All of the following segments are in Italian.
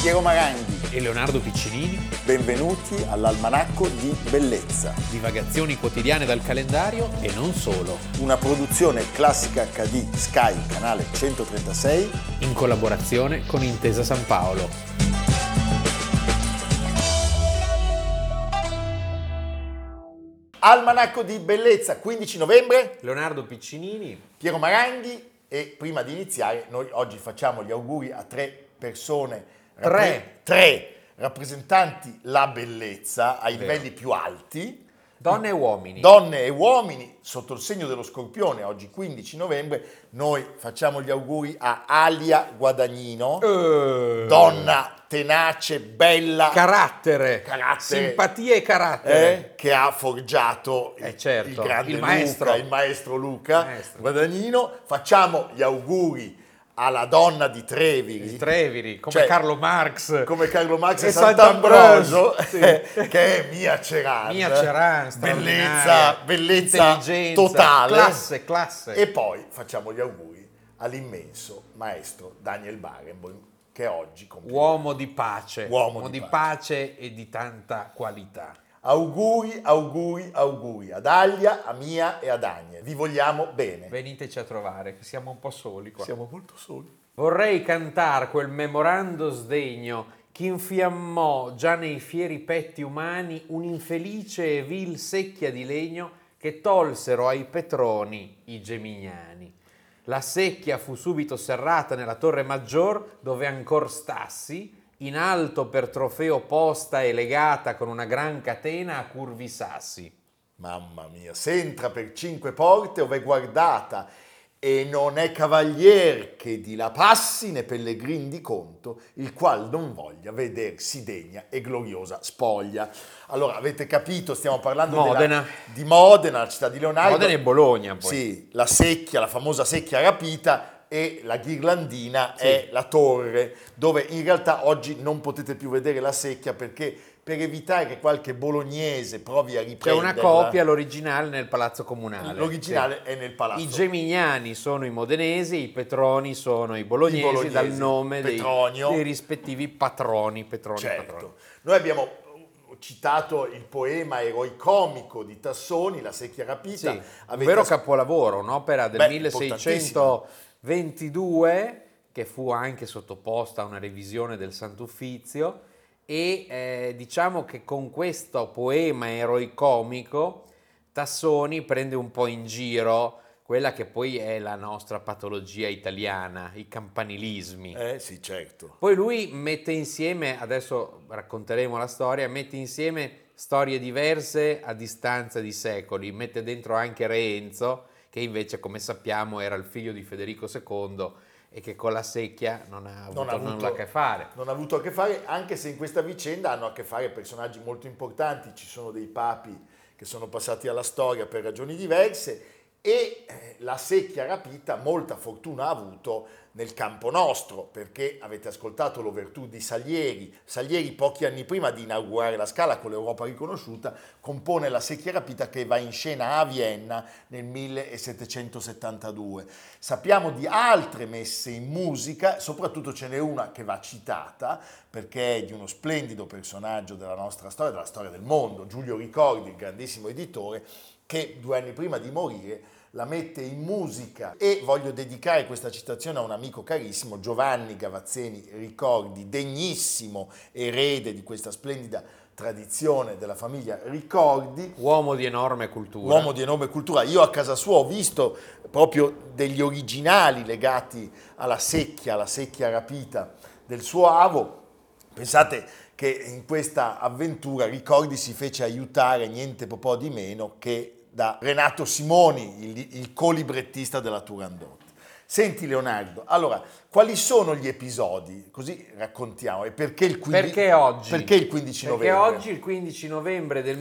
Piero Maranghi e Leonardo Piccinini. Benvenuti all'Almanacco di Bellezza. Divagazioni quotidiane dal calendario e non solo. Una produzione Classica HD Sky, canale 136. In collaborazione con Intesa San Paolo. Almanacco di Bellezza, 15 novembre. Leonardo Piccinini. Piero Maranghi. E prima di iniziare, noi oggi facciamo gli auguri a tre persone. Tre rappresentanti la bellezza ai livelli più alti. Donne e uomini. Donne e uomini sotto il segno dello Scorpione, oggi 15 novembre, noi facciamo gli auguri a Alia Guadagnino, donna tenace, bella, carattere, simpatia e carattere, che ha forgiato certo, il grande il maestro Luca Guadagnino. Facciamo gli auguri alla donna di Treviri, come Carlo Marx e Sant'Ambrosio, sì. Che è Mia Ceran, bellezza totale, classe. E poi facciamo gli auguri all'immenso maestro Daniel Barenboim, che oggi compie uomo di pace, uomo di pace e di tanta qualità. Auguri ad Alia, a Mia e a Daniel. Vi vogliamo bene. Veniteci a trovare, che siamo un po' soli qua. Siamo molto soli. Vorrei cantar quel memorando sdegno che infiammò già nei fieri petti umani un'infelice e vil secchia di legno che tolsero ai Petroni i Gemignani. La secchia fu subito serrata nella torre maggior, dove ancor stassi, in alto per trofeo posta e legata con una gran catena a curvi sassi. Mamma mia, s'entra per 5 porte ove guardata, e non è cavalier che di là passi né pellegrin di conto, il qual non voglia vedersi degna e gloriosa spoglia. Allora, avete capito, stiamo parlando di Modena, la città di Leonardo. Modena e Bologna, poi. Sì, la secchia, la famosa secchia rapita, e la ghirlandina è la torre, dove in realtà oggi non potete più vedere la secchia, perché per evitare che qualche bolognese provi a riprenderla. C'è una copia, l'originale nel Palazzo Comunale. L'originale è nel palazzo. I Gemignani sono i modenesi, i Petroni sono i bolognesi dal nome dei rispettivi patroni. Certo. Noi abbiamo citato il poema eroicomico di Tassoni, La secchia rapita. Sì, un vero capolavoro, un'opera del 1622 che fu anche sottoposta a una revisione del Sant'Uffizio. E diciamo che con questo poema eroicomico Tassoni prende un po' in giro quella che poi è la nostra patologia italiana, i campanilismi. Sì, certo. Poi lui mette insieme, adesso racconteremo la storia, mette insieme storie diverse a distanza di secoli, mette dentro anche Re Enzo, che invece, come sappiamo, era il figlio di Federico II, e che con la secchia non ha avuto a che fare. Non ha avuto a che fare, anche se in questa vicenda hanno a che fare personaggi molto importanti. Ci sono dei papi che sono passati alla storia per ragioni diverse, e la secchia rapita molta fortuna ha avuto nel campo nostro, perché avete ascoltato l'ouverture di Salieri. Salieri, pochi anni prima di inaugurare la Scala con l'Europa riconosciuta, compone la secchia rapita, che va in scena a Vienna nel 1772. Sappiamo di altre messe in musica, soprattutto ce n'è una che va citata perché è di uno splendido personaggio della nostra storia, della storia del mondo, Giulio Ricordi, il grandissimo editore, che 2 anni prima di morire la mette in musica. E voglio dedicare questa citazione a un amico carissimo, Giovanni Gavazzeni Ricordi, degnissimo erede di questa splendida tradizione della famiglia Ricordi. Uomo di enorme cultura. Io a casa sua ho visto proprio degli originali legati alla secchia rapita del suo avo. Pensate che in questa avventura Ricordi si fece aiutare niente po' di meno che da Renato Simoni, il colibrettista della Turandot. Senti Leonardo, allora, quali sono gli episodi? Così raccontiamo. E perché oggi? Perché il 15 novembre? Perché oggi, il 15 novembre del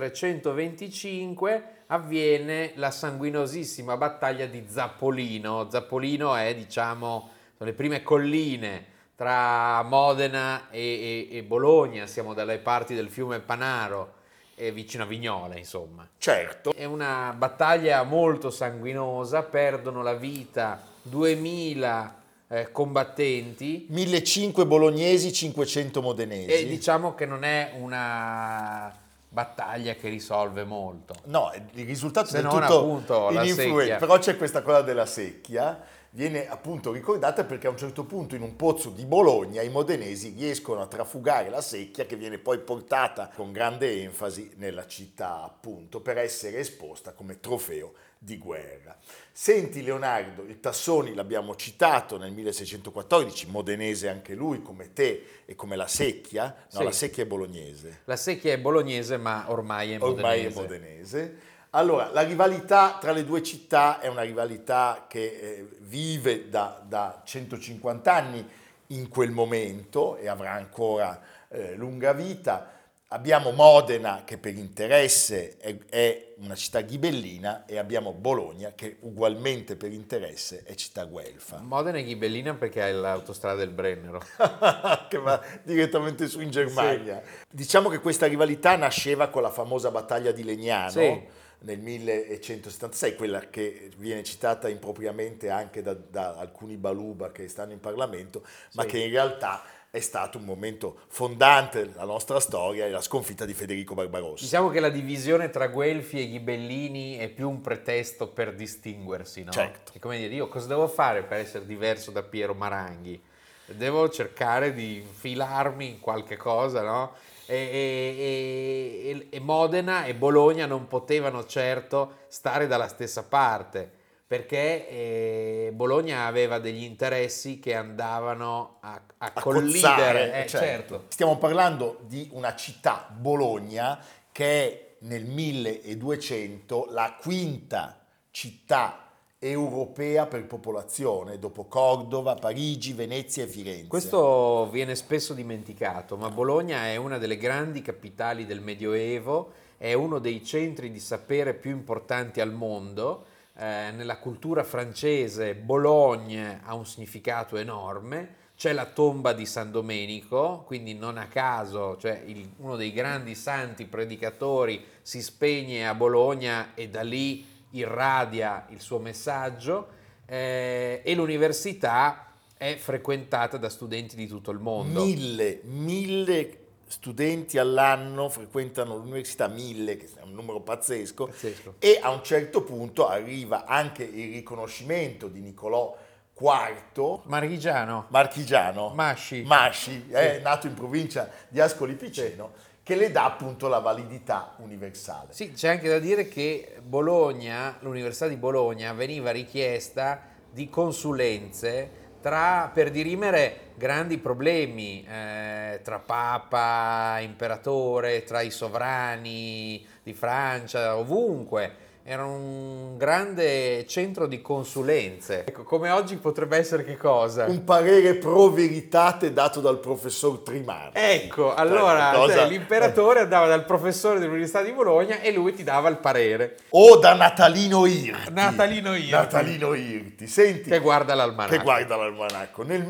1325, avviene la sanguinosissima battaglia di Zappolino. Zappolino è, sono le prime colline tra Modena e Bologna, siamo dalle parti del fiume Panaro, e vicino a Vignola, insomma. Certo. È una battaglia molto sanguinosa, perdono la vita 2000 combattenti. 1500 bolognesi, 500 modenesi. E diciamo che non è una battaglia che risolve molto. No, il risultato Se del non tutto appunto la ininfluente. secchia. Però c'è questa cosa della secchia, viene appunto ricordata perché a un certo punto in un pozzo di Bologna i modenesi riescono a trafugare la secchia che viene poi portata con grande enfasi nella città appunto per essere esposta come trofeo di guerra. Senti Leonardo, il Tassoni l'abbiamo citato nel 1614, modenese anche lui come te e come la secchia, no, Sì. la secchia è bolognese. La secchia è bolognese, ma ormai è modenese. Ormai è modenese. Allora, la rivalità tra le due città è una rivalità che vive da 150 anni in quel momento e avrà ancora lunga vita. Abbiamo Modena che per interesse è una città ghibellina e abbiamo Bologna che ugualmente per interesse è città guelfa. Modena è ghibellina perché ha l'autostrada del Brennero. Che va direttamente su in Germania. Sì. Diciamo che questa rivalità nasceva con la famosa battaglia di Legnano. Sì. Nel 1176, quella che viene citata impropriamente anche da alcuni baluba che stanno in Parlamento, ma Sì. che in realtà è stato un momento fondante della nostra storia e la sconfitta di Federico Barbarossa. Diciamo che la divisione tra guelfi e ghibellini è più un pretesto per distinguersi, no? Certo. È come dire, io cosa devo fare per essere diverso da Piero Maranghi? Devo cercare di infilarmi in qualche cosa, no? E Modena e Bologna non potevano certo stare dalla stessa parte perché Bologna aveva degli interessi che andavano a collidere. Certo. Stiamo parlando di una città, Bologna, che è nel 1200 la quinta città europea per popolazione, dopo Cordova, Parigi, Venezia e Firenze. Questo viene spesso dimenticato, ma Bologna è una delle grandi capitali del Medioevo, è uno dei centri di sapere più importanti al mondo. Nella cultura francese Bologna ha un significato enorme. C'è la tomba di San Domenico, quindi non a caso, cioè uno dei grandi santi predicatori si spegne a Bologna e da lì irradia il suo messaggio e l'università è frequentata da studenti di tutto il mondo. Mille studenti all'anno frequentano l'università, 1000, che è un numero pazzesco. E a un certo punto arriva anche il riconoscimento di Niccolò IV Marchigiano, Masci, è nato in provincia di Ascoli Piceno, che le dà appunto la validità universale. Sì, c'è anche da dire che Bologna, l'Università di Bologna, veniva richiesta di consulenze per dirimere grandi problemi tra Papa, Imperatore, tra i sovrani di Francia, ovunque. Era un grande centro di consulenze. Ecco, come oggi potrebbe essere che cosa? Un parere pro veritate dato dal professor Trimarchi. Ecco, allora l'imperatore andava dal professore dell'Università di Bologna e lui ti dava il parere. O da Natalino Irti. Natalino Irti. Senti, che guarda l'almanacco. Nel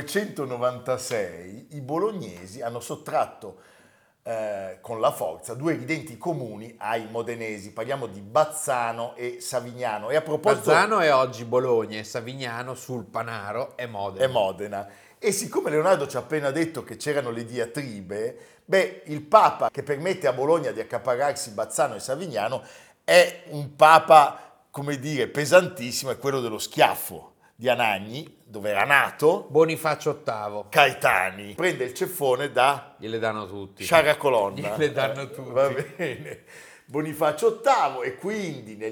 1296 i bolognesi hanno sottratto con la forza due ridenti comuni ai modenesi, parliamo di Bazzano e Savignano. E a proposito, Bazzano è oggi Bologna e Savignano sul Panaro è Modena. E siccome Leonardo ci ha appena detto che c'erano le diatribe, il Papa che permette a Bologna di accaparrarsi Bazzano e Savignano è un Papa, come dire, pesantissimo, è quello dello schiaffo di Anagni, dove era nato Bonifacio VIII. Caetani prende il ceffone da gliele danno tutti. Sciarra Colonna. Gliele danno tutti. Va bene. Bonifacio VIII, e quindi nel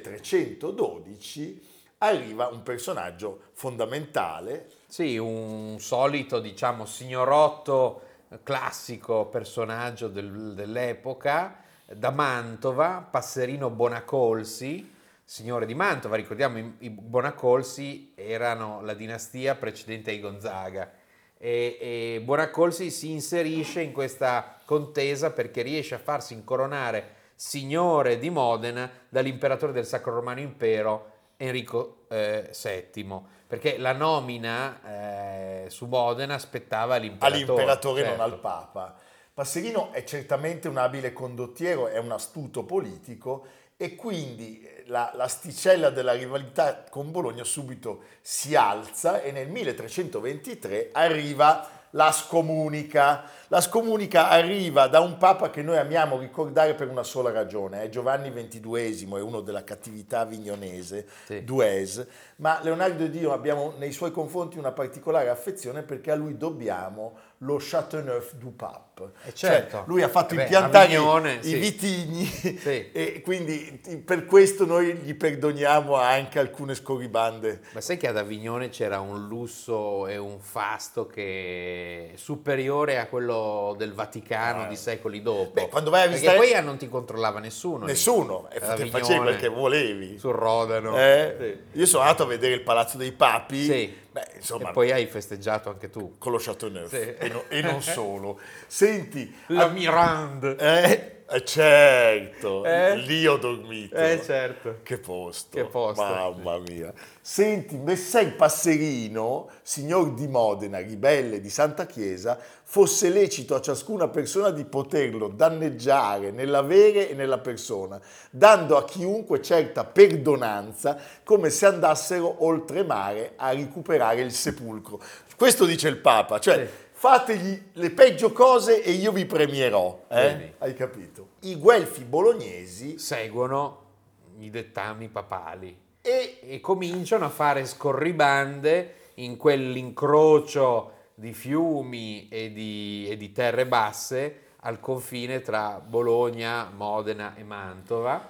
1312 arriva un personaggio fondamentale. Sì, un solito, diciamo, signorotto classico personaggio dell'epoca, da Mantova, Passerino Bonacolsi, signore di Mantova. Ricordiamo, i Bonacolsi erano la dinastia precedente ai Gonzaga e Bonacolsi si inserisce in questa contesa perché riesce a farsi incoronare signore di Modena dall'imperatore del Sacro Romano Impero Enrico VII, perché la nomina su Modena aspettava all'imperatore, certo. Non al Papa. Passerino è certamente un abile condottiero, è un astuto politico e quindi l'asticella della rivalità con Bologna subito si alza e nel 1323 arriva la scomunica. La scomunica arriva da un papa che noi amiamo ricordare per una sola ragione, è Giovanni XXII, è uno della cattività avignonese, Sì. Duès, ma Leonardo ed io abbiamo nei suoi confronti una particolare affezione perché a lui dobbiamo lo Châteauneuf du Pape. Certo. Cioè, lui ha fatto Beh, impiantare Avignone, i sì. vitigni Sì. e quindi per questo noi gli perdoniamo anche alcune scorribande. Ma sai che ad Avignone c'era un lusso e un fasto che è superiore a quello del Vaticano di secoli dopo? Beh, quando vai a Perché visitare- poi non ti controllava nessuno. lì. Nessuno, e Ad te Avignone, facevi quel che volevi. sul Rodano. Io sono andato a vedere il Palazzo dei Papi, Sì. beh, insomma, E poi hai festeggiato anche tu. con lo Châteauneuf Sì. e non solo. Senti, La Mirande. certo, Eh? lì ho dormito. Certo. Che posto, Che posto. mamma mia. Senti, Messer Passerino, signor di Modena, ribelle di Santa Chiesa, fosse lecito a ciascuna persona di poterlo danneggiare nell'avere e nella persona, dando a chiunque certa perdonanza, come se andassero oltremare a recuperare il sepolcro. Questo dice il Papa, cioè Sì. fategli le peggio cose e io vi premierò. Vedi. Hai capito? I guelfi bolognesi Seguono i dettami papali e e cominciano a fare scorribande in quell'incrocio di fiumi e di terre basse al confine tra Bologna, Modena e Mantova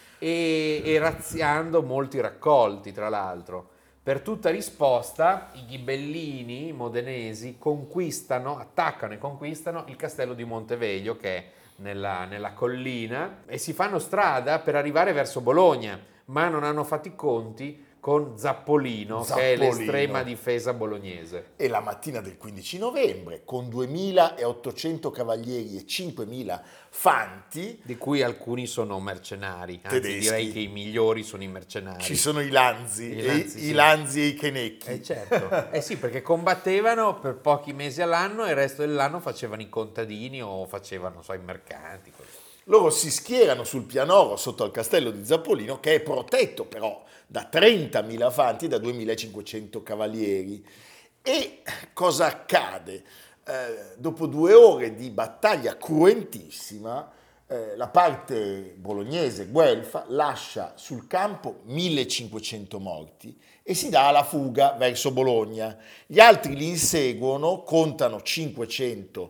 e razziando molti raccolti, tra l'altro. Per tutta risposta, i ghibellini modenesi attaccano e conquistano il castello di Monteveglio, che è nella collina, e si fanno strada per arrivare verso Bologna, ma non hanno fatto i conti con Zappolino, che è l'estrema difesa bolognese. e la mattina del 15 novembre, con 2.800 cavalieri e 5.000 fanti, Di cui alcuni sono mercenari, anzi Tedeschi. direi che i migliori sono i mercenari. ci sono i Lanzi, I Lanzi, sì. i Lanzi e i Chenecchi. Certo, sì, perché combattevano per pochi mesi all'anno e il resto dell'anno facevano i contadini o facevano, i mercanti. Loro si schierano sul pianoro sotto al castello di Zappolino, che è protetto però da 30.000 fanti e da 2.500 cavalieri. E cosa accade? Dopo 2 ore di battaglia cruentissima, la parte bolognese guelfa lascia sul campo 1.500 morti e si dà alla fuga verso Bologna. Gli altri li inseguono, contano 500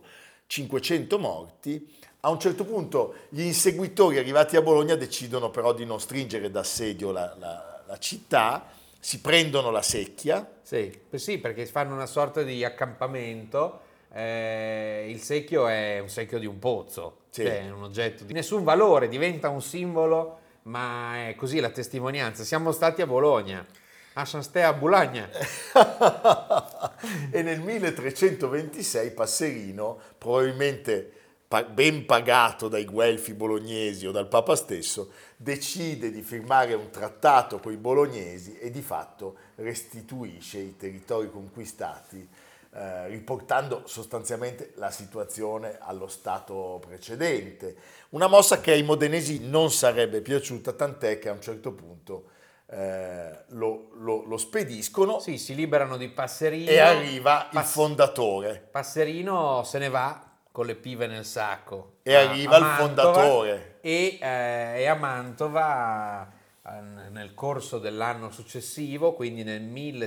morti. A un certo punto gli inseguitori arrivati a Bologna decidono però di non stringere d'assedio la città, si prendono la secchia. Sì, perché fanno una sorta di accampamento. Il secchio è un secchio di un pozzo, Sì. cioè è un oggetto di nessun valore, diventa un simbolo, ma è così la testimonianza. Siamo stati a Bologna, a Saint-Sté a Boulogne. E nel 1326 Passerino, probabilmente ben pagato dai guelfi bolognesi o dal Papa stesso, decide di firmare un trattato con i bolognesi e di fatto restituisce i territori conquistati, riportando sostanzialmente la situazione allo stato precedente. Una mossa che ai modenesi non sarebbe piaciuta, tant'è che a un certo punto lo spediscono. Sì, si liberano di Passerino. E arriva il fondatore. Passerino se ne va con le pive nel sacco. E arriva il Mantova, fondatore. E a Mantova, nel corso dell'anno successivo, quindi nel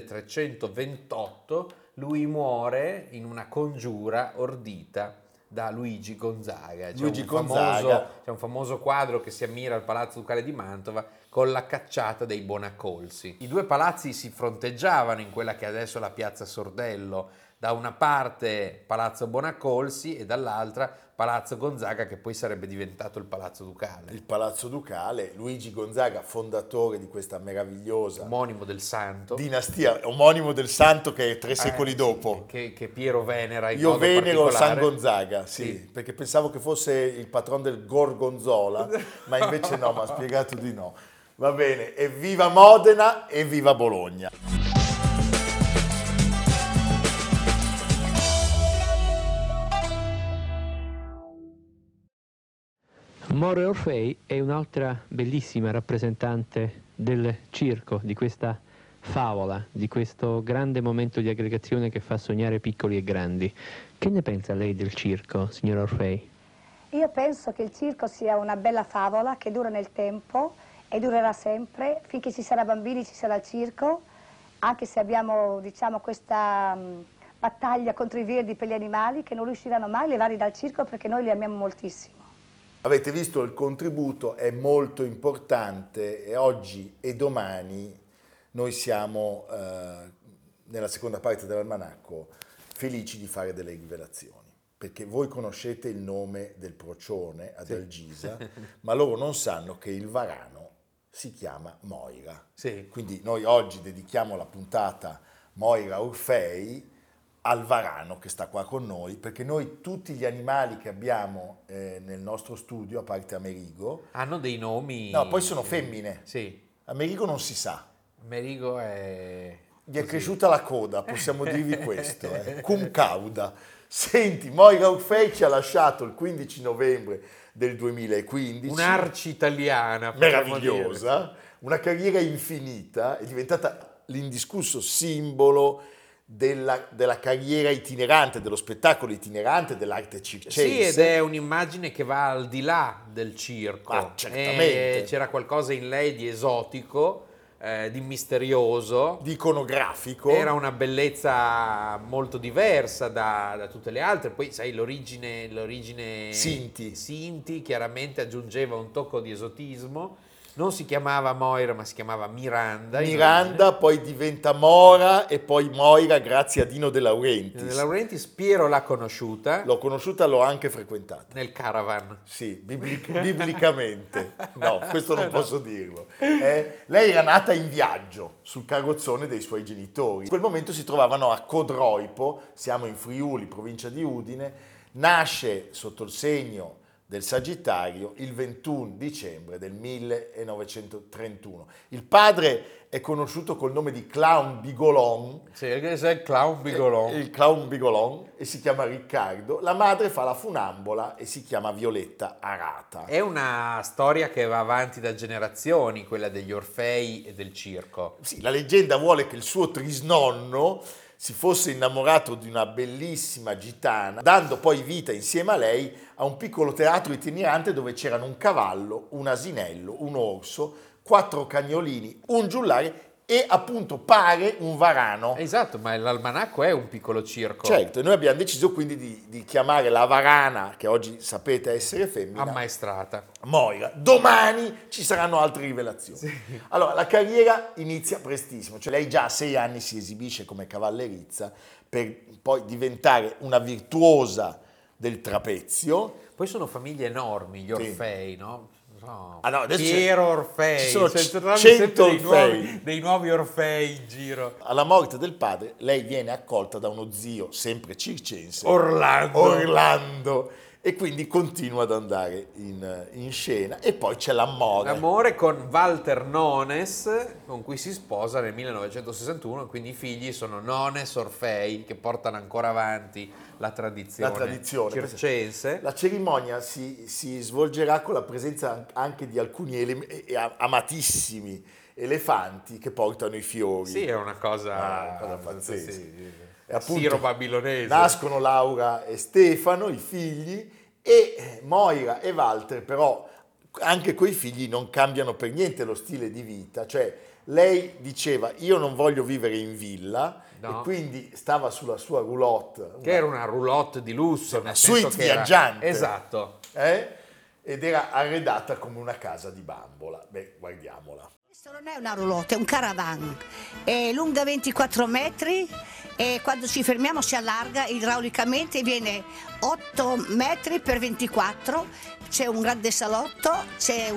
1328, lui muore in una congiura ordita da Luigi Gonzaga. C'è un famoso quadro che si ammira al Palazzo Ducale di Mantova con la cacciata dei Bonacolsi. I 2 palazzi si fronteggiavano in quella che adesso è la piazza Sordello, da una parte Palazzo Bonacolsi e dall'altra Palazzo Gonzaga, che poi sarebbe diventato il Palazzo Ducale. Il Palazzo Ducale, Luigi Gonzaga, fondatore di questa meravigliosa Omonimo del santo. dinastia, omonimo del santo che è 3 secoli dopo. Che Piero venera in Io modo venero particolare. San Gonzaga, sì, perché pensavo che fosse il patron del Gorgonzola, ma invece no, mi ha spiegato di no. Va bene, evviva Modena e viva Bologna! Moro e Orfei è un'altra bellissima rappresentante del circo, di questa favola, di questo grande momento di aggregazione che fa sognare piccoli e grandi. Che ne pensa lei del circo, signor Orfei? Io penso che il circo sia una bella favola che dura nel tempo e durerà sempre, finché ci sarà bambini ci sarà il circo, anche se abbiamo, diciamo, questa battaglia contro i verdi per gli animali che non riusciranno mai a levarli dal circo perché noi li amiamo moltissimo. Avete visto, il contributo è molto importante e oggi e domani noi siamo, nella seconda parte dell'almanacco, felici di fare delle rivelazioni. Perché voi conoscete il nome del procione ad Algisa, ma loro non sanno che il varano si chiama Moira. Sì. Quindi noi oggi dedichiamo la puntata Moira Orfei al varano che sta qua con noi, perché noi tutti gli animali che abbiamo nel nostro studio, a parte Amerigo, Hanno dei nomi... no, poi sono femmine. Sì, Amerigo non si sa. Merigo è... Gli è cresciuta la coda, possiamo dirvi questo, cum cauda. Senti, Moira Orfei ci ha lasciato il 15 novembre del 2015. Un'arci italiana, potremmo dire. Meravigliosa, una carriera infinita, è diventata l'indiscusso simbolo della carriera itinerante, dello spettacolo itinerante, dell'arte circense. Sì, ed è un'immagine che va al di là del circo. Ah, certamente. C'era qualcosa in lei di esotico, di misterioso. Di iconografico. Era una bellezza molto diversa da tutte le altre. Poi, sai, l'origine Sinti chiaramente aggiungeva un tocco di esotismo. Non si chiamava Moira, ma si chiamava Miranda. Miranda, poi diventa Mora e poi Moira grazie a Dino De Laurentiis. De Laurentiis, Piero l'ha conosciuta. L'ho conosciuta, l'ho anche frequentata. Nel caravan. Sì, biblicamente. No, questo non posso dirlo. Lei era nata in viaggio sul carrozzone dei suoi genitori. In quel momento si trovavano a Codroipo, siamo in Friuli, provincia di Udine. Nasce sotto il segno del Sagittario il 21 dicembre del 1931. Il padre è conosciuto col nome di Clown Bigolon. Sì, è il Clown Bigolon. Il Clown Bigolon, e si chiama Riccardo. La madre fa la funambola e si chiama Violetta Arata. È una storia che va avanti da generazioni, quella degli Orfei e del circo. Sì, la leggenda vuole che il suo trisnonno si fosse innamorato di una bellissima gitana, dando poi vita insieme a lei a un piccolo teatro itinerante dove c'erano un cavallo, un asinello, un orso, 4 cagnolini, un giullare e appunto pare un varano. Esatto, ma l'almanacco è un piccolo circo. Certo, e noi abbiamo deciso quindi di chiamare la varana, che oggi sapete essere femmina, Ammaestrata. Moira. Domani ci saranno altre rivelazioni. Sì. Allora, la carriera inizia prestissimo, cioè lei già a 6 anni si esibisce come cavallerizza per poi diventare una virtuosa del trapezio. Poi sono famiglie enormi, gli Orfei, no? No. Ah no, Piero Orfei, ci sono sempre 100 Orfei. dei nuovi Orfei in giro. Alla morte del padre lei viene accolta da uno zio sempre circense, Orlando, e quindi continua ad andare in scena. E poi c'è l'amore. L'amore con Walter Nones, con cui si sposa nel 1961, quindi i figli sono Nones Orfei, che portano ancora avanti la tradizione circense. La cerimonia si svolgerà con la presenza anche di alcuni amatissimi elefanti che portano i fiori. Sì, è una cosa pazzesca. Sì. E appunto Siro babilonese. Nascono Laura e Stefano, i figli, e Moira e Walter però anche coi figli non cambiano per niente lo stile di vita, cioè lei diceva io non voglio vivere in villa, no. E quindi stava sulla sua roulotte. Che era una roulotte di lusso, una suite viaggiante. Esatto. Ed era arredata come una casa di bambola. Beh, guardiamola. Questo non è una roulotte, è un caravan, è lunga 24 metri e quando ci fermiamo si allarga idraulicamente, viene 8 metri per 24, c'è un grande salotto, c'è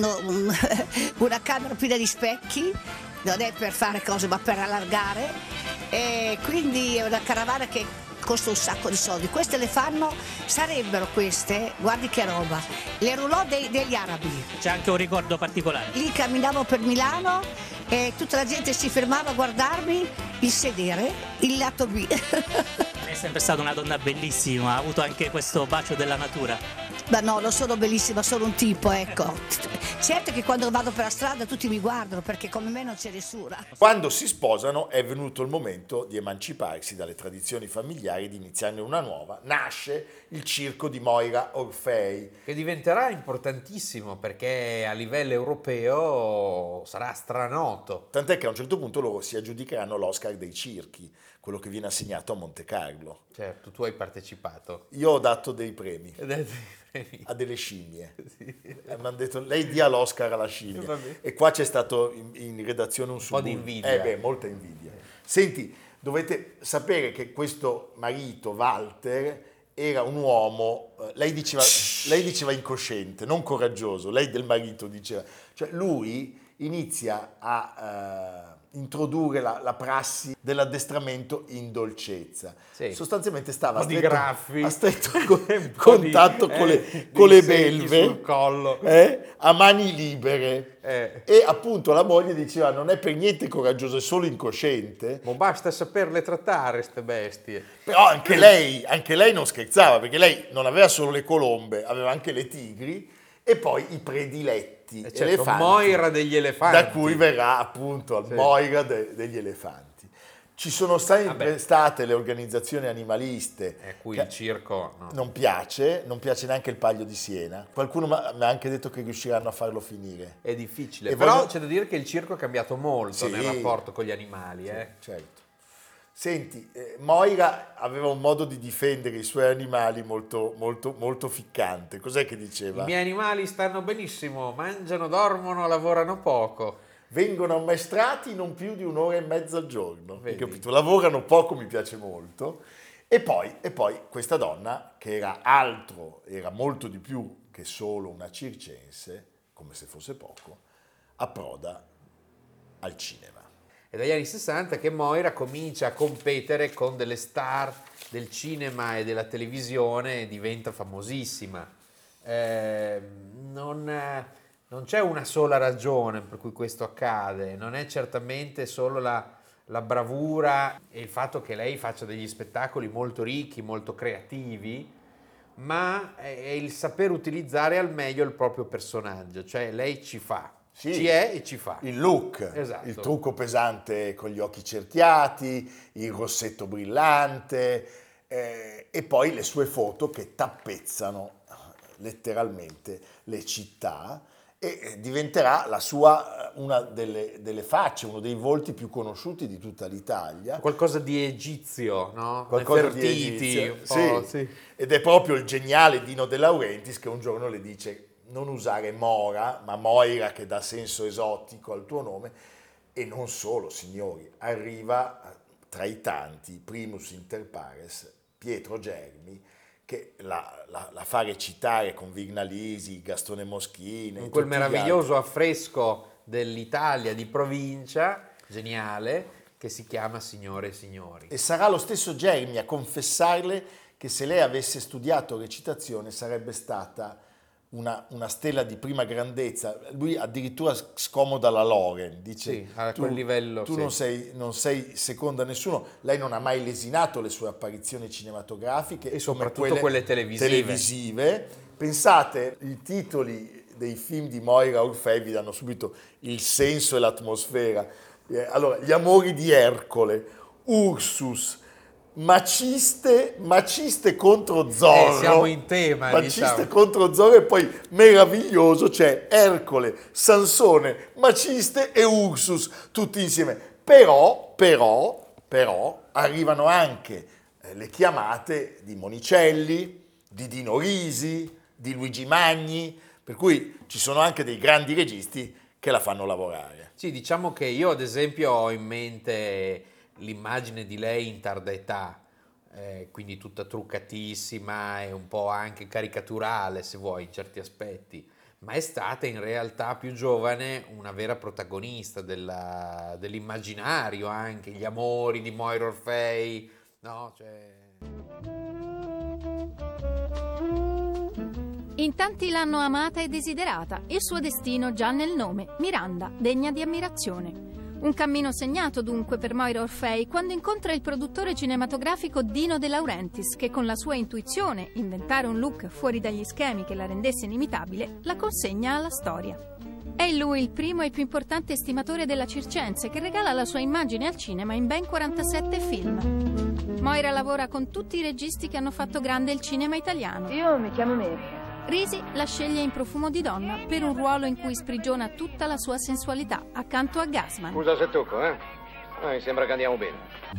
una camera piena di specchi, non è per fare cose ma per allargare, e quindi è una caravana che costa un sacco di soldi. Queste le fanno, sarebbero queste, guardi che roba, le roulotte degli arabi. C'è anche un ricordo particolare. Lì camminavo per Milano e tutta la gente si fermava a guardarmi il sedere, il lato B. È sempre stata una donna bellissima, ha avuto anche questo bacio della natura. Ma no, non sono bellissima, sono un tipo, ecco. Certo che quando vado per la strada tutti mi guardano perché come me non c'è nessuna. Quando si sposano è venuto il momento di emanciparsi dalle tradizioni familiari, di iniziarne una nuova. Nasce il circo di Moira Orfei. Che diventerà importantissimo perché a livello europeo sarà stranoto. Tant'è che a un certo punto loro si aggiudicheranno l'Oscar dei circhi, quello che viene assegnato a Monte Carlo. Certo, tu hai partecipato. Io ho dato dei premi a delle scimmie. Sì. Mi hanno detto, lei dia l'Oscar alla scimmia. Vabbè. E qua c'è stato in redazione un po' di invidia. Molta invidia. Senti, dovete sapere che questo marito, Walter, era un uomo, lei diceva incosciente, non coraggioso, lei del marito diceva. Cioè lui inizia a introdurre la prassi dell'addestramento in dolcezza. Sì. Sostanzialmente stava Un po' di graffi, a stretto un po' contatto di, con le dei segni belve, sul collo. a mani libere. E appunto la moglie diceva non è per niente coraggioso, è solo incosciente. Ma basta saperle trattare ste bestie. Però anche lei non scherzava, perché lei non aveva solo le colombe, aveva anche le tigri e poi i prediletti Certo, elefanti, Moira degli elefanti. da cui verrà appunto il Moira degli elefanti. Ci sono state le organizzazioni animaliste. Qui il circo no. Non piace neanche il Palio di Siena. Qualcuno mi ha anche detto che riusciranno a farlo finire. È difficile, E però voglio- c'è da dire che il circo è cambiato molto Sì. nel rapporto con gli animali. Certo. Senti, Moira aveva un modo di difendere i suoi animali molto, molto, molto ficcante. Cos'è che I diceva? miei animali stanno benissimo, mangiano, dormono, lavorano poco. Vengono ammaestrati non più di un'ora e mezza al giorno. Hai Vedi? capito? Lavorano poco, mi piace molto. E poi questa donna, che era altro, era molto di più che solo una circense, come se fosse poco, approda al cinema. È dagli anni 60 che Moira comincia a competere con delle star del cinema e della televisione e diventa famosissima. Non c'è una sola ragione per cui questo accade, non è certamente solo la bravura e il fatto che lei faccia degli spettacoli molto ricchi, molto creativi, ma è il saper utilizzare al meglio il proprio personaggio, cioè lei ci fa. Sì. Ci è e ci fa. Il look, Esatto. il trucco pesante con gli occhi cerchiati, il rossetto brillante e poi le sue foto che tappezzano letteralmente le città e diventerà una delle facce, uno dei volti più conosciuti di tutta l'Italia. Qualcosa di egizio, no? Qualcosa di Nefertiti, egizio. un po', Sì. sì. Ed è proprio il geniale Dino De Laurentiis che un giorno le dice non usare Mora, ma Moira, che dà senso esotico al tuo nome. E non solo, signori, arriva tra i tanti, primus inter pares, Pietro Germi, che la fa recitare con Vignalisi, Gastone Moschini. In quel meraviglioso affresco dell'Italia di provincia, geniale, che si chiama Signore e Signori. E sarà lo stesso Germi a confessarle che se lei avesse studiato recitazione sarebbe stata una stella di prima grandezza. Lui addirittura scomoda la Loren, dice Sì, a quel livello, tu sì. non sei seconda a nessuno. Lei non ha mai lesinato le sue apparizioni cinematografiche E come soprattutto quelle televisive. Pensate, i titoli dei film di Moira Orfei vi danno subito il senso e l'atmosfera. Allora, Gli amori di Ercole, Ursus, Maciste contro Zorro. Siamo in tema, Maciste diciamo. contro Zorro e poi meraviglioso c'è Ercole, Sansone, Maciste e Ursus tutti insieme. Però arrivano anche le chiamate di Monicelli, di Dino Risi, di Luigi Magni, per cui ci sono anche dei grandi registi che la fanno lavorare. Sì, diciamo che io ad esempio ho in mente l'immagine di lei in tarda età, quindi tutta truccatissima e un po' anche caricaturale se vuoi in certi aspetti, ma è stata in realtà più giovane una vera protagonista dell'immaginario, anche Gli amori di Moira Orfei, no? In tanti l'hanno amata e desiderata, il suo destino già nel nome, Miranda, degna di ammirazione. Un cammino segnato dunque per Moira Orfei quando incontra il produttore cinematografico Dino De Laurentiis che con la sua intuizione, inventare un look fuori dagli schemi che la rendesse inimitabile, la consegna alla storia. È lui il primo e più importante estimatore della Circense che regala la sua immagine al cinema in ben 47 film. Moira lavora con tutti i registi che hanno fatto grande il cinema italiano. Io mi chiamo Mary. Risi la sceglie in Profumo di donna per un ruolo in cui sprigiona tutta la sua sensualità accanto a Gassman. Scusa se tocco, eh? Mi sembra che andiamo bene.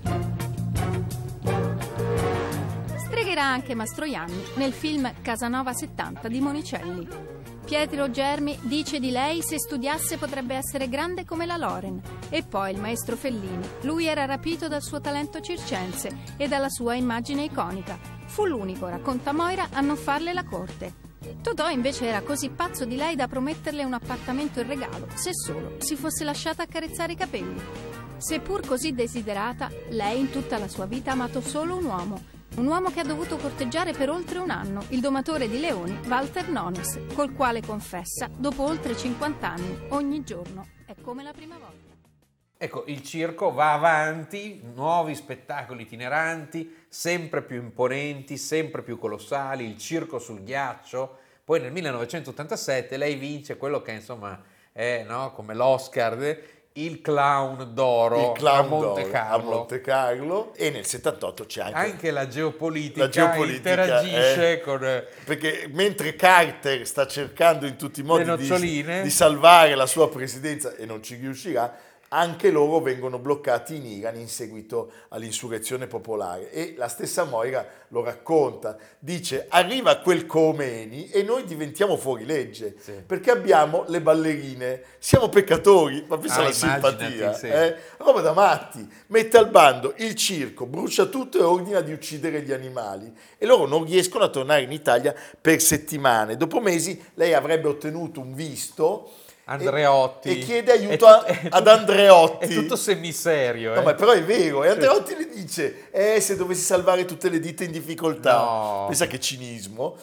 Stregherà anche Mastroianni nel film Casanova 70 di Monicelli. Pietro Germi dice di lei se studiasse potrebbe essere grande come la Loren. E poi il maestro Fellini. Lui era rapito dal suo talento circense e dalla sua immagine iconica. Fu l'unico, racconta Moira, a non farle la corte. Totò invece era così pazzo di lei da prometterle un appartamento in regalo se solo si fosse lasciata accarezzare i capelli. Seppur così desiderata, lei in tutta la sua vita ha amato solo un uomo che ha dovuto corteggiare per oltre un anno, il domatore di leoni Walter Nones, col quale confessa, dopo oltre 50 anni, ogni giorno è come la prima volta. Ecco, il circo va avanti, nuovi spettacoli itineranti, sempre più imponenti, sempre più colossali, il circo sul ghiaccio. Poi nel 1987 lei vince quello che insomma è, no, come l'Oscar, il Clown d'Oro a Monte Carlo, e nel 78 c'è anche la geopolitica interagisce con... Perché mentre Carter sta cercando in tutti i modi di salvare la sua presidenza e non ci riuscirà, anche loro vengono bloccati in Iran in seguito all'insurrezione popolare, e la stessa Moira lo racconta, dice: arriva quel Khomeini e noi diventiamo fuorilegge, perché abbiamo le ballerine, siamo peccatori, ma pensa alla simpatia, roba da matti, mette al bando il circo, brucia tutto e ordina di uccidere gli animali, e loro non riescono a tornare in Italia per settimane. Dopo mesi lei avrebbe ottenuto un visto Andreotti e chiede aiuto ad Andreotti. È tutto semiserio. No, ma però è vero, e Andreotti le dice: se dovessi salvare tutte le ditte in difficoltà. No. Pensa che cinismo.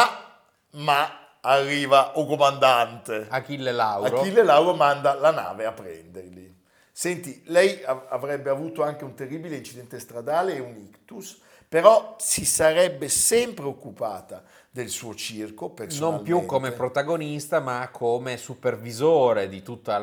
Ma arriva un comandante. Achille Lauro manda la nave a prenderli. Senti, lei avrebbe avuto anche un terribile incidente stradale e un ictus, però si sarebbe sempre occupata del suo circo personalmente. Non più come protagonista, ma come supervisore di tutta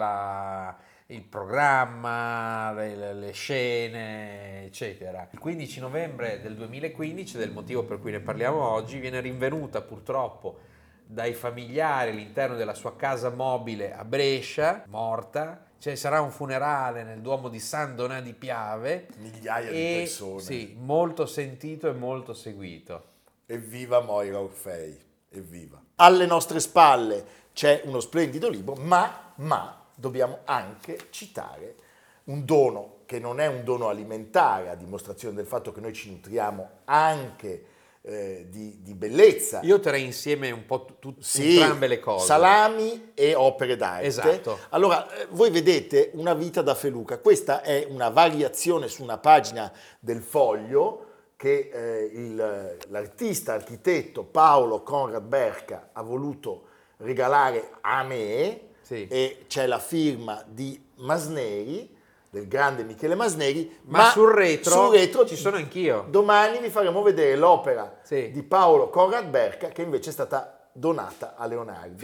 il programma, le scene, eccetera. Il 15 novembre del 2015, del motivo per cui ne parliamo oggi, viene rinvenuta purtroppo dai familiari all'interno della sua casa mobile a Brescia, morta. Cioè, sarà un funerale nel Duomo di San Donà di Piave. Migliaia di persone. Sì, molto sentito e molto seguito. Evviva Moira Orfei, evviva. Alle nostre spalle c'è uno splendido libro, ma dobbiamo anche citare un dono che non è un dono alimentare, a dimostrazione del fatto che noi ci nutriamo anche di bellezza. Io terrei insieme un po' entrambe le cose. Salami e opere d'arte. Esatto. Allora, voi vedete Una vita da feluca. Questa è una variazione su una pagina del Foglio che l'artista architetto Paolo Conrad Berca ha voluto regalare a me, e c'è la firma di Masneri, del grande Michele Masneri, ma sul retro ci sono anch'io. Domani vi faremo vedere l'opera di Paolo Conrad Berca, che invece è stata donata a Leonardo.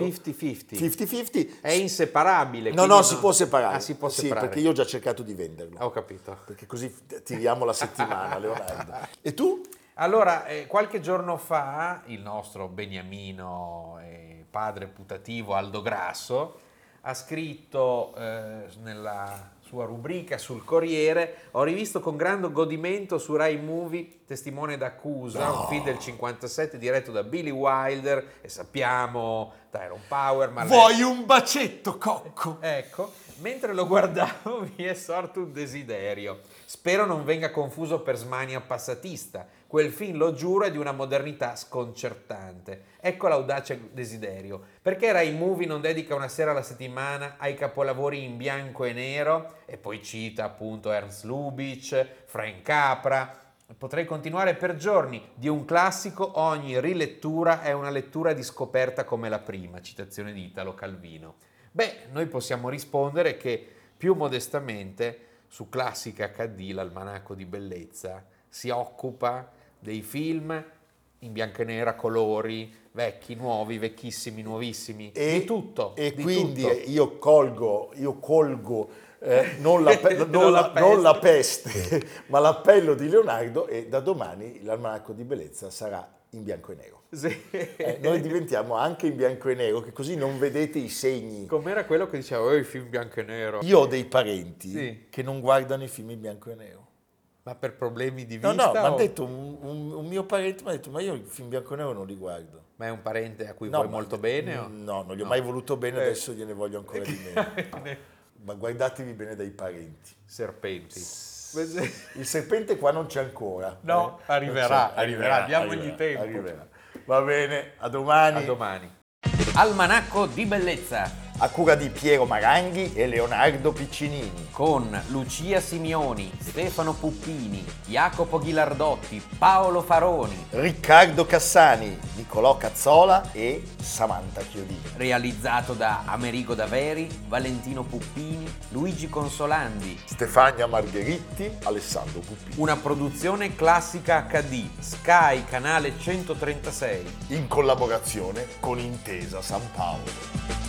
50-50. È inseparabile. No, si può separare. Si può separare. Perché io ho già cercato di venderlo. Ho capito. Perché così tiriamo la settimana, Leonardo. E tu? Allora, qualche giorno fa il nostro beniamino e padre putativo Aldo Grasso ha scritto nella sua rubrica sul Corriere: ho rivisto con grande godimento su Rai Movie Testimone d'accusa, un film del 57 diretto da Billy Wilder, e sappiamo Tyrone Power. Vuoi un bacetto, cocco? Ecco, mentre lo guardavo mi è sorto un desiderio. Spero non venga confuso per smania passatista. Quel film, lo giuro, è di una modernità sconcertante. Ecco l'audace desiderio. Perché Rai Movie non dedica una sera alla settimana ai capolavori in bianco e nero? E poi cita appunto Ernst Lubitsch, Frank Capra. Potrei continuare per giorni. Di un classico ogni rilettura è una lettura di scoperta come la prima. Citazione di Italo Calvino. Beh, noi possiamo rispondere che Più modestamente, su Classica HD, l'almanacco di bellezza, si occupa dei film in bianco e nero, a colori, vecchi, nuovi, vecchissimi, nuovissimi, di tutto. E di quindi tutto. io colgo non la peste, ma l'appello di Leonardo, e da domani l'almanacco di bellezza sarà in bianco e nero. Sì. Noi diventiamo anche in bianco e nero, che così non vedete i segni. Com'era quello che diceva, i film bianco e nero? Io ho dei parenti Sì. che non guardano i film in bianco e nero. Ma per problemi di No, vista? mi ha detto un mio parente, mi ha detto, ma io i film bianco e nero non li guardo. Ma è un parente a cui No, vuoi ma- molto bene? O? No, non gli ho mai voluto bene, adesso gliene voglio ancora di meno. Ma guardatevi bene dai parenti. Serpenti. Il serpente qua non c'è ancora. No, arriverà, diamogli tempo. Arriverà. Va bene, a domani. A domani. Almanacco di bellezza A cura di Piero Maranghi e Leonardo Piccinini. con Lucia Simioni, Stefano Puppini, Jacopo Ghilardotti, Paolo Faroni, Riccardo Cassani, Nicolò Cazzola e Samantha Chiodini. realizzato da Amerigo Daveri, Valentino Puppini, Luigi Consolandi. Stefania Margheritti, Alessandro Puppini. Una produzione Classica HD, Sky, canale 136. In collaborazione con Intesa San Paolo.